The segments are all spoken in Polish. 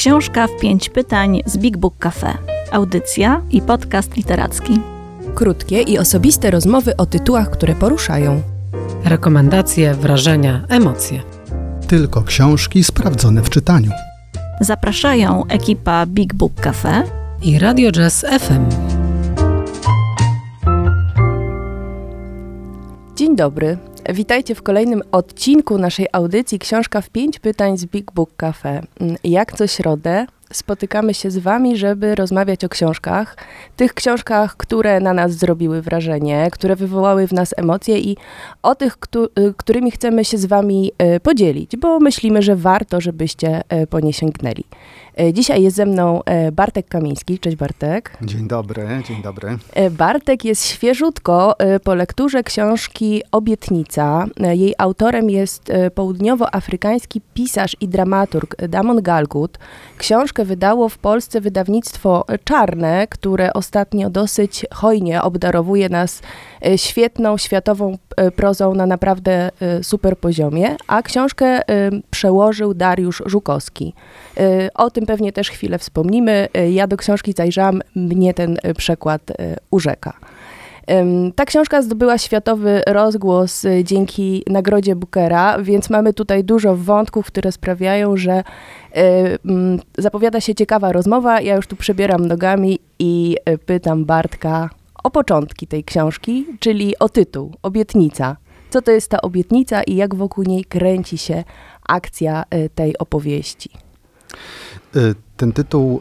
Książka w 5 pytań z Big Book Cafe. Audycja i podcast literacki. Krótkie i osobiste rozmowy o tytułach, które poruszają. Rekomendacje, wrażenia, emocje. Tylko książki sprawdzone w czytaniu. Zapraszają ekipa Big Book Cafe i Radio Jazz FM. Dzień dobry. Witajcie w kolejnym odcinku naszej audycji Książka w 5 pytań z Big Book Cafe. Jak co środę spotykamy się z wami, żeby rozmawiać o książkach. Tych książkach, które na nas zrobiły wrażenie, które wywołały w nas emocje i o tych, którymi chcemy się z wami podzielić, bo myślimy, że warto, żebyście po nie sięgnęli. Dzisiaj jest ze mną Bartek Kamiński. Cześć Bartek. Dzień dobry, dzień dobry. Bartek jest świeżutko po lekturze książki Obietnica. Jej autorem jest południowoafrykański pisarz i dramaturg Damon Galgut. Książkę wydało w Polsce wydawnictwo Czarne, które ostatnio dosyć hojnie obdarowuje nas świetną, światową prozą na naprawdę super poziomie, a książkę przełożył Dariusz Żukowski. O tym pewnie też chwilę wspomnimy. Ja do książki zajrzałam, mnie ten przekład urzeka. Ta książka zdobyła światowy rozgłos dzięki nagrodzie Bookera, więc mamy tutaj dużo wątków, które sprawiają, że zapowiada się ciekawa rozmowa. Ja już tu przebieram nogami i pytam Bartka o początki tej książki, czyli o tytuł, Obietnica. Co to jest ta obietnica i jak wokół niej kręci się akcja tej opowieści? Ten tytuł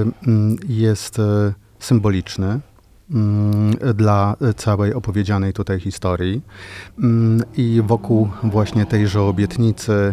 jest symboliczny dla całej opowiedzianej tutaj historii i wokół właśnie tejże obietnicy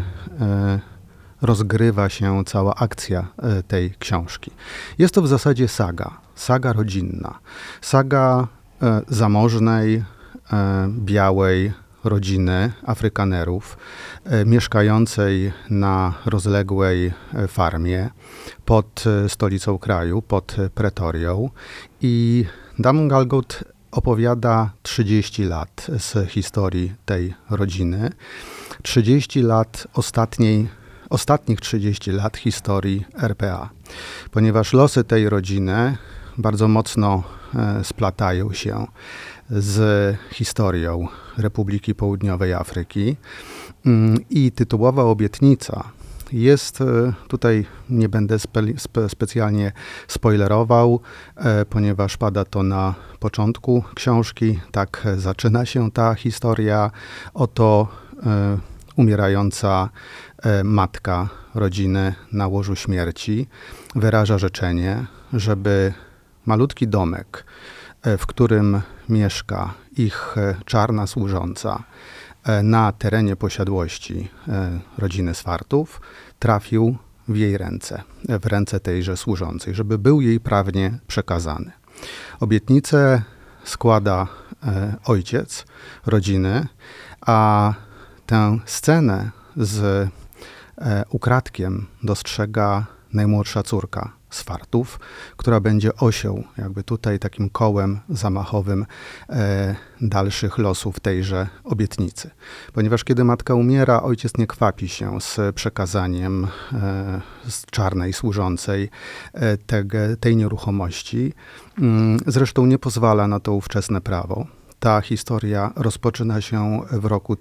rozgrywa się cała akcja tej książki. Jest to w zasadzie saga rodzinna, saga zamożnej, białej rodziny Afrykanerów mieszkającej na rozległej farmie pod stolicą kraju, pod Pretorią. I Damon Galgut opowiada 30 lat z historii tej rodziny, 30 lat ostatnich 30 lat historii RPA, ponieważ losy tej rodziny bardzo mocno splatają się z historią Republiki Południowej Afryki i tytułowa obietnica jest, tutaj nie będę specjalnie spoilerował, ponieważ pada to na początku książki, tak zaczyna się ta historia. Oto umierająca matka rodziny na łożu śmierci wyraża życzenie, żeby malutki domek, w którym mieszka ich czarna służąca na terenie posiadłości rodziny Swartów, trafił w jej ręce, w ręce tejże służącej, żeby był jej prawnie przekazany. Obietnicę składa ojciec rodziny, a tę scenę z ukradkiem dostrzega najmłodsza córka Swartów, która będzie osią, jakby tutaj takim kołem zamachowym dalszych losów tejże obietnicy. Ponieważ kiedy matka umiera, ojciec nie kwapi się z przekazaniem z czarnej służącej tej nieruchomości. Zresztą nie pozwala na to ówczesne prawo. Ta historia rozpoczyna się w roku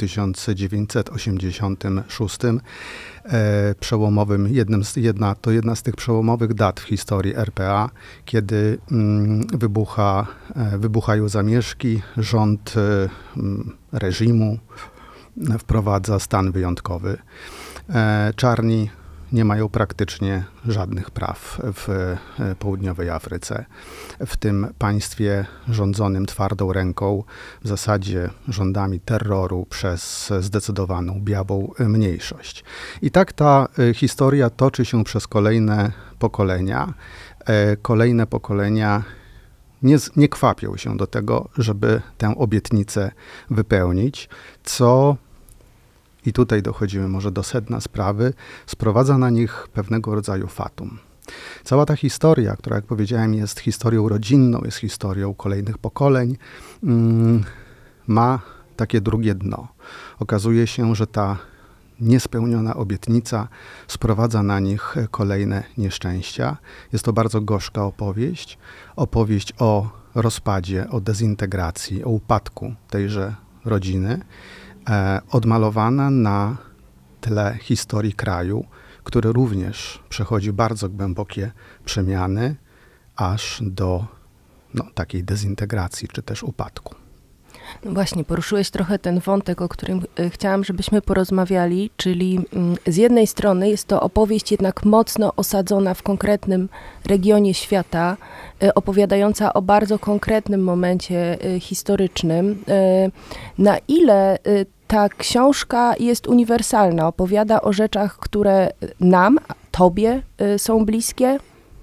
1986, przełomowym, jedna z tych przełomowych dat w historii RPA, kiedy wybuchają zamieszki, rząd reżimu wprowadza stan wyjątkowy. Czarni nie mają praktycznie żadnych praw w południowej Afryce. W tym państwie rządzonym twardą ręką, w zasadzie rządami terroru przez zdecydowaną białą mniejszość. I tak ta historia toczy się przez kolejne pokolenia. Kolejne pokolenia nie kwapią się do tego, żeby tę obietnicę wypełnić, co i tutaj dochodzimy może do sedna sprawy, sprowadza na nich pewnego rodzaju fatum. Cała ta historia, która jak powiedziałem jest historią rodzinną, jest historią kolejnych pokoleń, ma takie drugie dno. Okazuje się, że ta niespełniona obietnica sprowadza na nich kolejne nieszczęścia. Jest to bardzo gorzka opowieść. Opowieść o rozpadzie, o dezintegracji, o upadku tejże rodziny, odmalowana na tle historii kraju, który również przechodzi bardzo głębokie przemiany, aż do takiej dezintegracji, czy też upadku. No właśnie, poruszyłeś trochę ten wątek, o którym chciałam, żebyśmy porozmawiali, czyli z jednej strony jest to opowieść jednak mocno osadzona w konkretnym regionie świata, opowiadająca o bardzo konkretnym momencie historycznym. Na ile ta książka jest uniwersalna, opowiada o rzeczach, które nam, tobie są bliskie?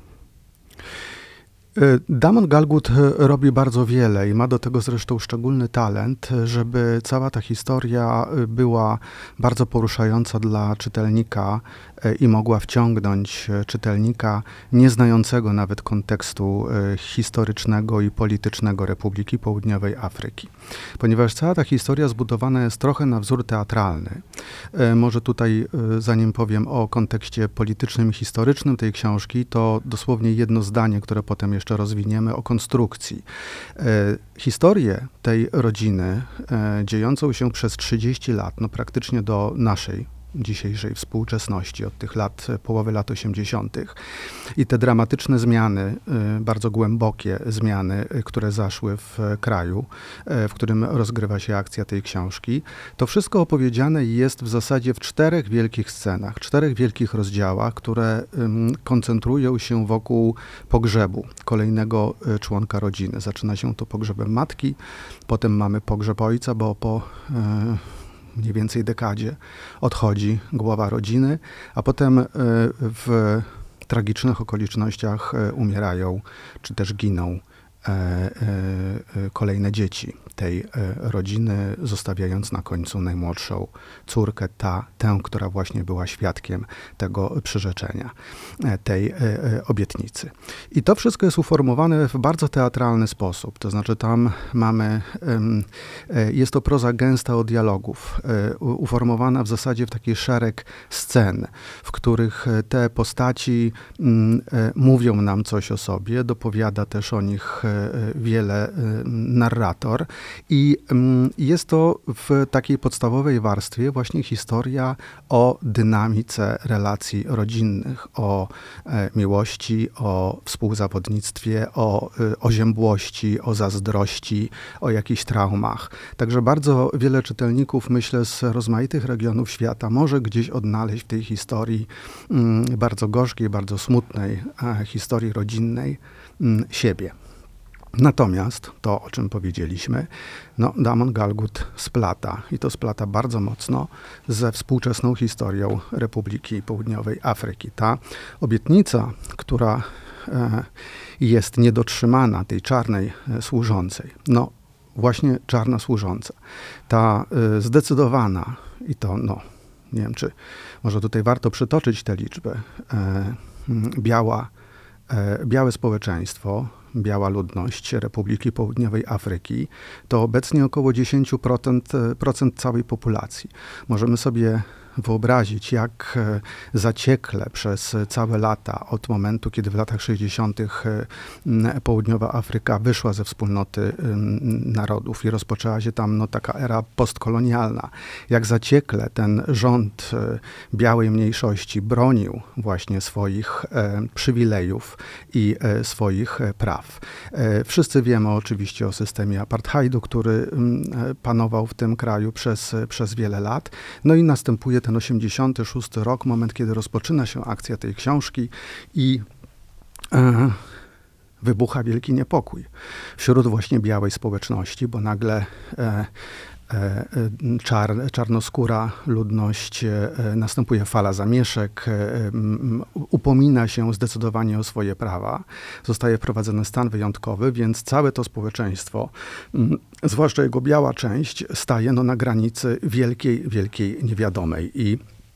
Damon Galgut robi bardzo wiele i ma do tego zresztą szczególny talent, żeby cała ta historia była bardzo poruszająca dla czytelnika i mogła wciągnąć czytelnika nieznającego nawet kontekstu historycznego i politycznego Republiki Południowej Afryki. Ponieważ cała ta historia zbudowana jest trochę na wzór teatralny. Może tutaj, zanim powiem o kontekście politycznym i historycznym tej książki, to dosłownie jedno zdanie, które potem jeszcze rozwiniemy, o konstrukcji. Historię tej rodziny, dziejącą się przez 30 lat, praktycznie do naszej dzisiejszej współczesności, od tych połowy lat 80. I te dramatyczne zmiany, bardzo głębokie zmiany, które zaszły w kraju, w którym rozgrywa się akcja tej książki, to wszystko opowiedziane jest w zasadzie w 4 wielkich scenach, 4 wielkich rozdziałach, które koncentrują się wokół pogrzebu kolejnego członka rodziny. Zaczyna się to pogrzebem matki, potem mamy pogrzeb ojca, bo po mniej więcej dekadzie odchodzi głowa rodziny, a potem w tragicznych okolicznościach umierają, czy też giną kolejne dzieci tej rodziny, zostawiając na końcu najmłodszą córkę, tę, która właśnie była świadkiem tego przyrzeczenia, tej obietnicy. I to wszystko jest uformowane w bardzo teatralny sposób, to znaczy tam mamy, jest to proza gęsta od dialogów, uformowana w zasadzie w taki szereg scen, w których te postaci mówią nam coś o sobie, dopowiada też o nich wiele narrator i jest to w takiej podstawowej warstwie właśnie historia o dynamice relacji rodzinnych, o miłości, o współzawodnictwie, o oziębłości, o zazdrości, o jakichś traumach. Także bardzo wiele czytelników, myślę, z rozmaitych regionów świata może gdzieś odnaleźć w tej historii bardzo gorzkiej, bardzo smutnej historii rodzinnej siebie. Natomiast to, o czym powiedzieliśmy, Damon Galgut splata i to splata bardzo mocno ze współczesną historią Republiki Południowej Afryki. Ta obietnica, która jest niedotrzymana, tej czarnej służącej, właśnie czarna służąca, ta zdecydowana i to, nie wiem, czy może tutaj warto przytoczyć tę liczbę, białe społeczeństwo, biała ludność Republiki Południowej Afryki, to obecnie około 10% całej populacji. Możemy sobie wyobrazić, jak zaciekle przez całe lata, od momentu, kiedy w latach 60. Południowa Afryka wyszła ze wspólnoty narodów i rozpoczęła się tam taka era postkolonialna, jak zaciekle ten rząd białej mniejszości bronił właśnie swoich przywilejów i swoich praw. Wszyscy wiemy oczywiście o systemie apartheidu, który panował w tym kraju przez wiele lat. I następuje ten 86 rok, moment, kiedy rozpoczyna się akcja tej książki i wybucha wielki niepokój wśród właśnie białej społeczności, bo nagle czarnoskóra ludność, następuje fala zamieszek, upomina się zdecydowanie o swoje prawa. Zostaje wprowadzony stan wyjątkowy, więc całe to społeczeństwo, zwłaszcza jego biała część, staje na granicy wielkiej niewiadomej. I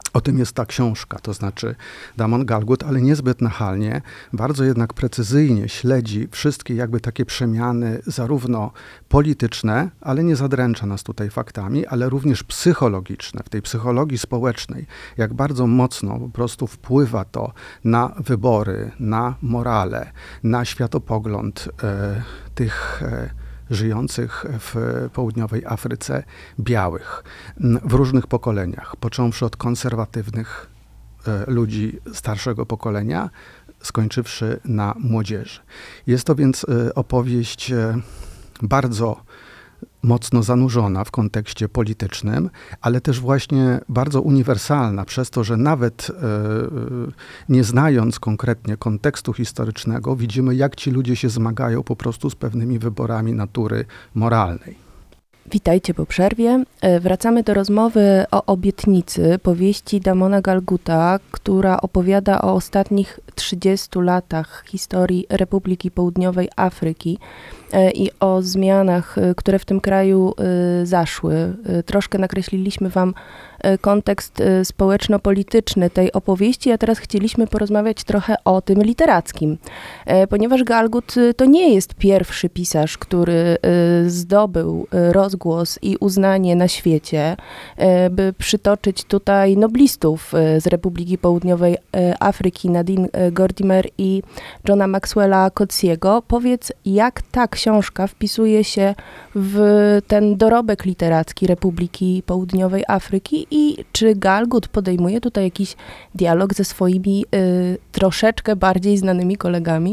O tym jest ta książka, to znaczy Damon Galgut, ale niezbyt nachalnie, bardzo jednak precyzyjnie śledzi wszystkie jakby takie przemiany, zarówno polityczne, ale nie zadręcza nas tutaj faktami, ale również psychologiczne, w tej psychologii społecznej, jak bardzo mocno po prostu wpływa to na wybory, na morale, na światopogląd tych żyjących w południowej Afryce białych w różnych pokoleniach, począwszy od konserwatywnych ludzi starszego pokolenia, skończywszy na młodzieży. Jest to więc opowieść bardzo mocno zanurzona w kontekście politycznym, ale też właśnie bardzo uniwersalna, przez to, że nawet nie znając konkretnie kontekstu historycznego, widzimy, jak ci ludzie się zmagają po prostu z pewnymi wyborami natury moralnej. Witajcie po przerwie. Wracamy do rozmowy o Obietnicy, powieści Damona Galguta, która opowiada o ostatnich 30 latach historii Republiki Południowej Afryki i o zmianach, które w tym kraju zaszły. Troszkę nakreśliliśmy wam kontekst społeczno-polityczny tej opowieści, a teraz chcieliśmy porozmawiać trochę o tym literackim. Ponieważ Galgut to nie jest pierwszy pisarz, który zdobył rozgłos i uznanie na świecie, by przytoczyć tutaj noblistów z Republiki Południowej Afryki, Nadine Gordimer i Johna Maxwella Coetzego. Powiedz, jak ta książka wpisuje się w ten dorobek literacki Republiki Południowej Afryki i czy Galgut podejmuje tutaj jakiś dialog ze swoimi troszeczkę bardziej znanymi kolegami?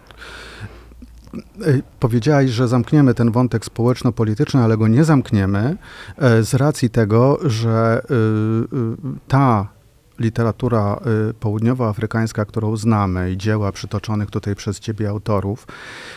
Powiedziałaś, że zamkniemy ten wątek społeczno-polityczny, ale go nie zamkniemy z racji tego, że ta literatura południowoafrykańska, którą znamy i dzieła przytoczonych tutaj przez ciebie autorów,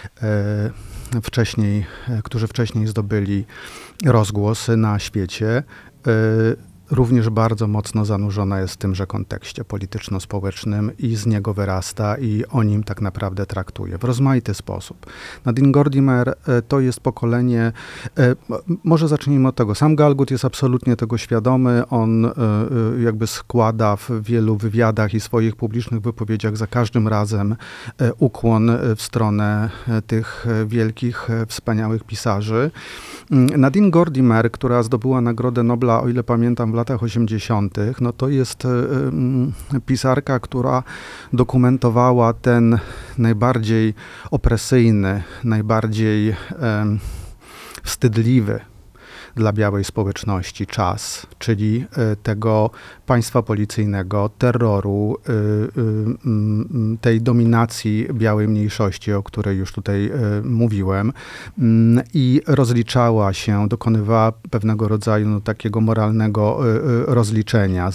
którzy wcześniej zdobyli rozgłos na świecie, również bardzo mocno zanurzona jest w tymże kontekście polityczno-społecznym i z niego wyrasta i o nim tak naprawdę traktuje w rozmaity sposób. Nadine Gordimer to jest pokolenie, może zacznijmy od tego, sam Galgut jest absolutnie tego świadomy, on jakby składa w wielu wywiadach i swoich publicznych wypowiedziach za każdym razem ukłon w stronę tych wielkich, wspaniałych pisarzy. Nadine Gordimer, która zdobyła Nagrodę Nobla, o ile pamiętam, w latach 80., no to jest pisarka, która dokumentowała ten najbardziej opresyjny, najbardziej wstydliwy dla białej społeczności czas, czyli tego państwa policyjnego, terroru, tej dominacji białej mniejszości, o której już tutaj mówiłem, i rozliczała się, dokonywała pewnego rodzaju takiego moralnego rozliczenia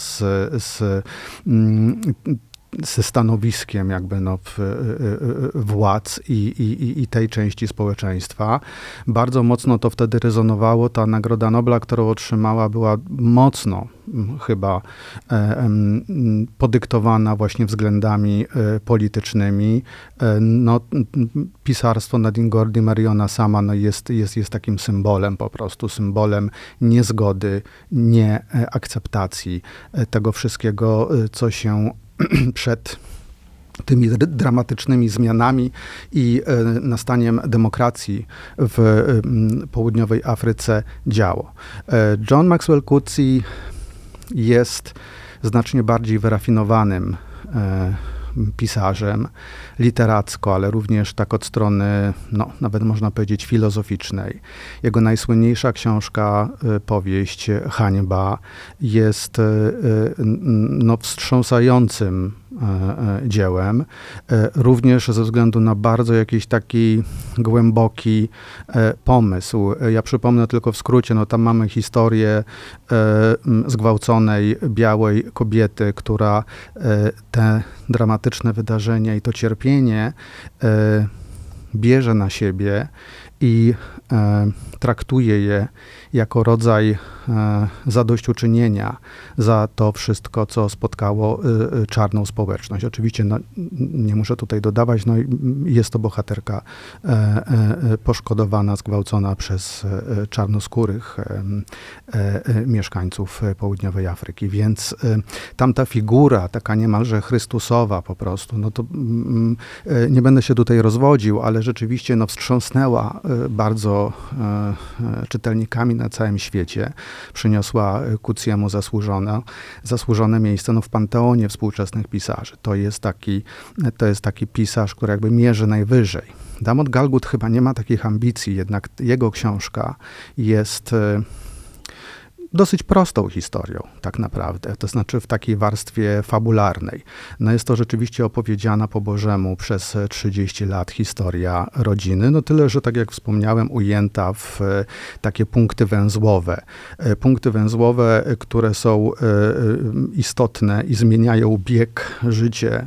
ze stanowiskiem jakby władz i tej części społeczeństwa. Bardzo mocno to wtedy rezonowało. Ta Nagroda Nobla, którą otrzymała, była mocno chyba podyktowana właśnie względami politycznymi. No, pisarstwo Nadine Gordimer i ona sama jest takim symbolem po prostu, symbolem niezgody, nieakceptacji tego wszystkiego, co się przed tymi dramatycznymi zmianami i nastaniem demokracji w południowej Afryce działo. John Maxwell Coetzee jest znacznie bardziej wyrafinowanym pisarzem literacko, ale również tak od strony, no, nawet można powiedzieć filozoficznej. Jego najsłynniejsza książka, powieść Hańba, jest wstrząsającym dziełem, również ze względu na bardzo jakiś taki głęboki pomysł. Ja przypomnę tylko w skrócie, no tam mamy historię zgwałconej białej kobiety, która te dramatyczne wydarzenia i to cierpienie bierze na siebie i traktuje je jako rodzaj zadośćuczynienia za to wszystko, co spotkało czarną społeczność. Oczywiście nie muszę tutaj dodawać, jest to bohaterka poszkodowana, zgwałcona przez czarnoskórych mieszkańców południowej Afryki. Więc tamta figura, taka niemalże chrystusowa po prostu, to nie będę się tutaj rozwodził, ale rzeczywiście wstrząsnęła bardzo czytelnikami na całym świecie. Przyniosła Coetziemu zasłużone miejsce w panteonie współczesnych pisarzy. To jest taki pisarz, który jakby mierzy najwyżej. Damon Galgut chyba nie ma takich ambicji, jednak jego książka jest dosyć prostą historią, tak naprawdę, to znaczy w takiej warstwie fabularnej. Jest to rzeczywiście opowiedziana po Bożemu przez 30 lat historia rodziny, tyle, że tak jak wspomniałem, ujęta w takie punkty węzłowe. Punkty węzłowe, które są istotne i zmieniają bieg życia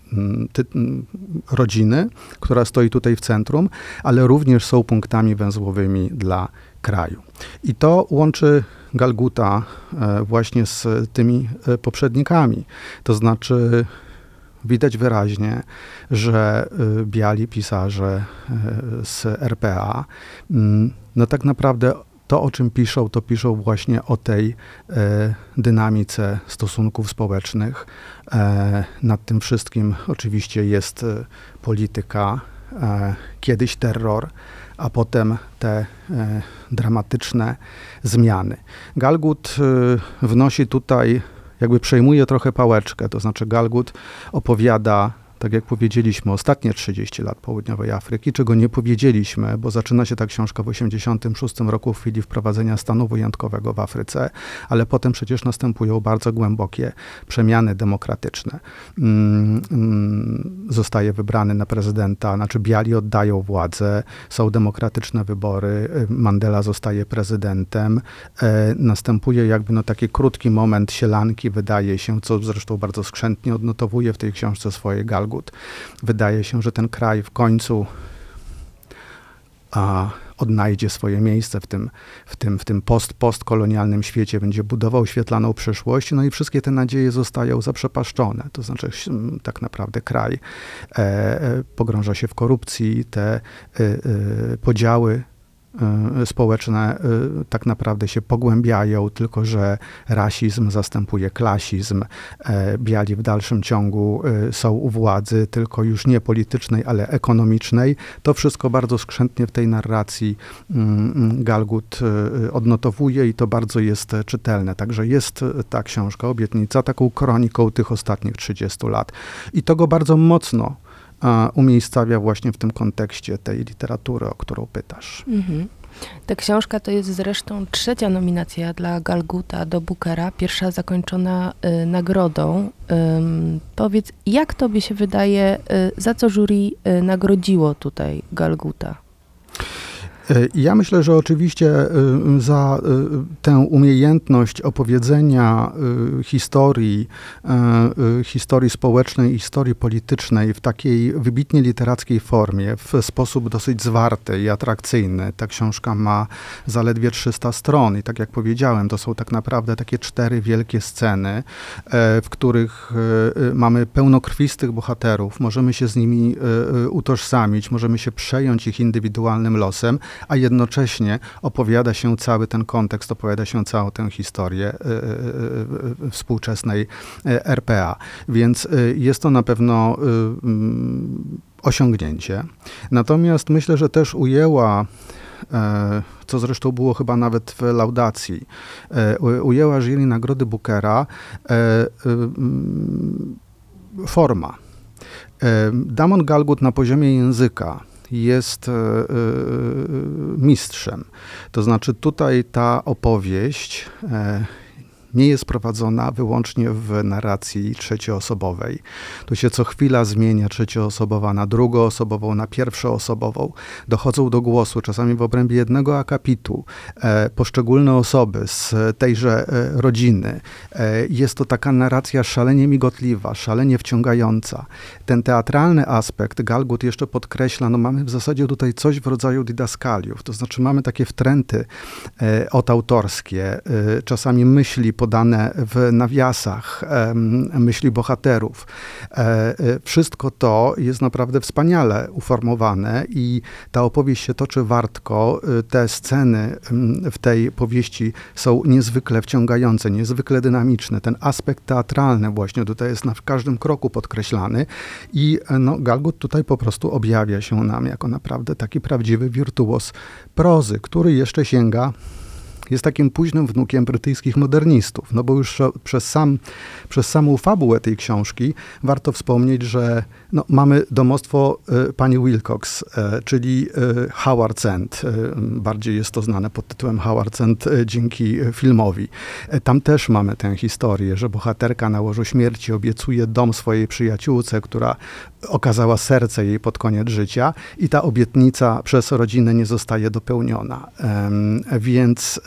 rodziny, która stoi tutaj w centrum, ale również są punktami węzłowymi dla kraju. I to łączy Galguta właśnie z tymi poprzednikami. To znaczy widać wyraźnie, że biali pisarze z RPA tak naprawdę to, o czym piszą, to piszą właśnie o tej dynamice stosunków społecznych. Nad tym wszystkim oczywiście jest polityka, kiedyś terror, a potem te dramatyczne zmiany. Galgut wnosi tutaj, jakby przejmuje trochę pałeczkę, to znaczy Galgut opowiada, tak jak powiedzieliśmy, ostatnie 30 lat południowej Afryki, czego nie powiedzieliśmy, bo zaczyna się ta książka w 1986 roku, w chwili wprowadzenia stanu wyjątkowego w Afryce, ale potem przecież następują bardzo głębokie przemiany demokratyczne. Zostaje wybrany na prezydenta, biali oddają władzę, są demokratyczne wybory, Mandela zostaje prezydentem, następuje jakby taki krótki moment sielanki, wydaje się, co zresztą bardzo skrzętnie odnotowuje w tej książce swojej Galgut. Wydaje się, że ten kraj w końcu odnajdzie swoje miejsce w tym postkolonialnym świecie, będzie budował świetlaną przyszłość, i wszystkie te nadzieje zostają zaprzepaszczone. To znaczy tak naprawdę kraj pogrąża się w korupcji, te podziały społeczne tak naprawdę się pogłębiają, tylko że rasizm zastępuje klasizm. Biali w dalszym ciągu są u władzy, tylko już nie politycznej, ale ekonomicznej. To wszystko bardzo skrzętnie w tej narracji Galgut odnotowuje i to bardzo jest czytelne. Także jest ta książka, Obietnica, taką kroniką tych ostatnich 30 lat. I to go bardzo mocno umiejscawia właśnie w tym kontekście tej literatury, o którą pytasz. Ta książka to jest zresztą 3. nominacja dla Galguta do Bookera, pierwsza zakończona nagrodą. Powiedz, jak tobie się wydaje, za co jury nagrodziło tutaj Galguta? Ja myślę, że oczywiście za tę umiejętność opowiedzenia historii społecznej i historii politycznej w takiej wybitnie literackiej formie, w sposób dosyć zwarty i atrakcyjny. Ta książka ma zaledwie 300 stron i tak jak powiedziałem, to są tak naprawdę takie 4 wielkie sceny, w których mamy pełnokrwistych bohaterów, możemy się z nimi utożsamić, możemy się przejąć ich indywidualnym losem, a jednocześnie opowiada się cały ten kontekst, opowiada się całą tę historię współczesnej RPA. Więc jest to na pewno osiągnięcie. Natomiast myślę, że też ujęła, co zresztą było chyba nawet w laudacji, ujęła jury Nagrody Bookera forma. Damon Galgut na poziomie języka jest mistrzem. To znaczy tutaj ta opowieść nie jest prowadzona wyłącznie w narracji trzecioosobowej. Tu się co chwila zmienia trzecioosobowa na drugoosobową, na pierwszoosobową. Dochodzą do głosu, czasami w obrębie jednego akapitu, poszczególne osoby z tejże rodziny. Jest to taka narracja szalenie migotliwa, szalenie wciągająca. Ten teatralny aspekt Galgut jeszcze podkreśla, mamy w zasadzie tutaj coś w rodzaju didaskaliów, to znaczy mamy takie wtręty odautorskie, czasami myśli podane w nawiasach, myśli bohaterów. Wszystko to jest naprawdę wspaniale uformowane i ta opowieść się toczy wartko. Te sceny w tej powieści są niezwykle wciągające, niezwykle dynamiczne. Ten aspekt teatralny właśnie tutaj jest na każdym kroku podkreślany i Galgut tutaj po prostu objawia się nam jako naprawdę taki prawdziwy wirtuoz prozy, który jeszcze jest takim późnym wnukiem brytyjskich modernistów, bo już przez samą fabułę tej książki warto wspomnieć, że mamy domostwo pani Wilcox, czyli Howard's End. Bardziej jest to znane pod tytułem Howard's End dzięki filmowi. Tam też mamy tę historię, że bohaterka na łożu śmierci obiecuje dom swojej przyjaciółce, która okazała serce jej pod koniec życia i ta obietnica przez rodzinę nie zostaje dopełniona. Więc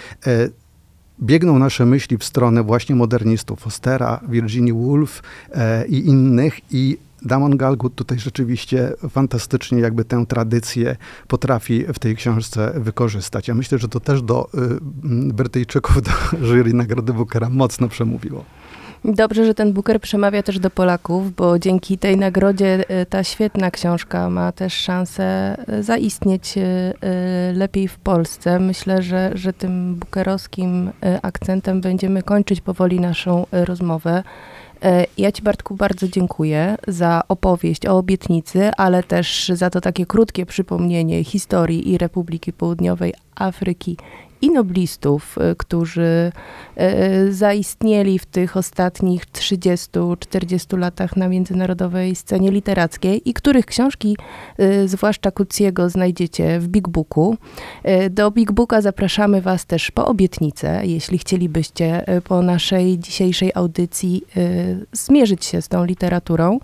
biegną nasze myśli w stronę właśnie modernistów, Fostera, Virginia Woolf i innych i Damon Galgut tutaj rzeczywiście fantastycznie jakby tę tradycję potrafi w tej książce wykorzystać. Ja myślę, że to też do Brytyjczyków, do jury Nagrody Bookera mocno przemówiło. Dobrze, że ten Booker przemawia też do Polaków, bo dzięki tej nagrodzie ta świetna książka ma też szansę zaistnieć lepiej w Polsce. Myślę, że tym bookerowskim akcentem będziemy kończyć powoli naszą rozmowę. Ja ci, Bartku, bardzo dziękuję za opowieść o obietnicy, ale też za to takie krótkie przypomnienie historii i Republiki Południowej Afryki i noblistów, którzy zaistnieli w tych ostatnich 30-40 latach na międzynarodowej scenie literackiej i których książki, zwłaszcza Coetzee'ego, znajdziecie w Big Booku. Do Big Booka zapraszamy was też po obietnicę, jeśli chcielibyście po naszej dzisiejszej audycji zmierzyć się z tą literaturą.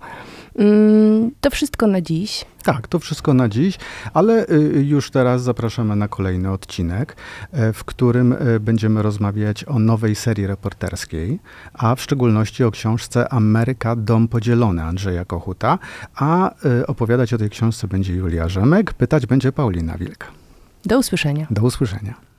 To wszystko na dziś. Tak, to wszystko na dziś, ale już teraz zapraszamy na kolejny odcinek, w którym będziemy rozmawiać o nowej serii reporterskiej, a w szczególności o książce Ameryka, dom podzielony Andrzeja Kochuta, a opowiadać o tej książce będzie Julia Rzemek, pytać będzie Paulina Wilk. Do usłyszenia. Do usłyszenia.